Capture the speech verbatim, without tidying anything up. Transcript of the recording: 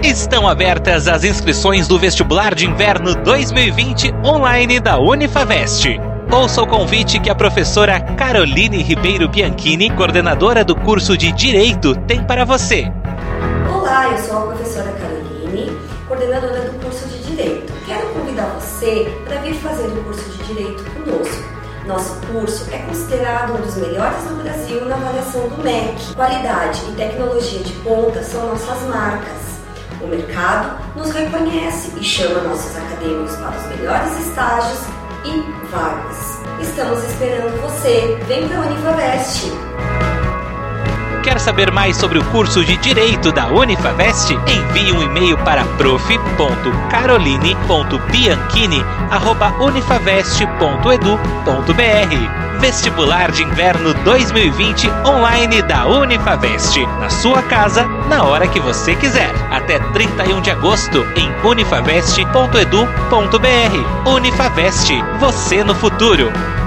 Estão abertas as inscrições do Vestibular de Inverno dois mil e vinte online da Unifavest. Ouça o convite que a professora Caroline Ribeiro Bianchini, coordenadora do curso de Direito, tem para você. Olá, eu sou a professora Caroline, coordenadora do curso de Direito. Quero convidar você para vir fazer o curso de Direito conosco. Nosso curso é considerado um dos melhores do Brasil na avaliação do M E C. Qualidade e tecnologia de ponta são nossas marcas. O mercado nos reconhece e chama nossos acadêmicos para os melhores estágios e vagas. Estamos esperando você. Vem para a Unifavest. Quer saber mais sobre o curso de Direito da Unifavest? Envie um e-mail para prof ponto caroline ponto bianchini arroba unifavest ponto edu ponto br. Vestibular de Inverno dois mil e vinte online da Unifavest. Na sua casa, na hora que você quiser. Até trinta e um de agosto em unifavest ponto edu ponto br. Unifavest, você no futuro.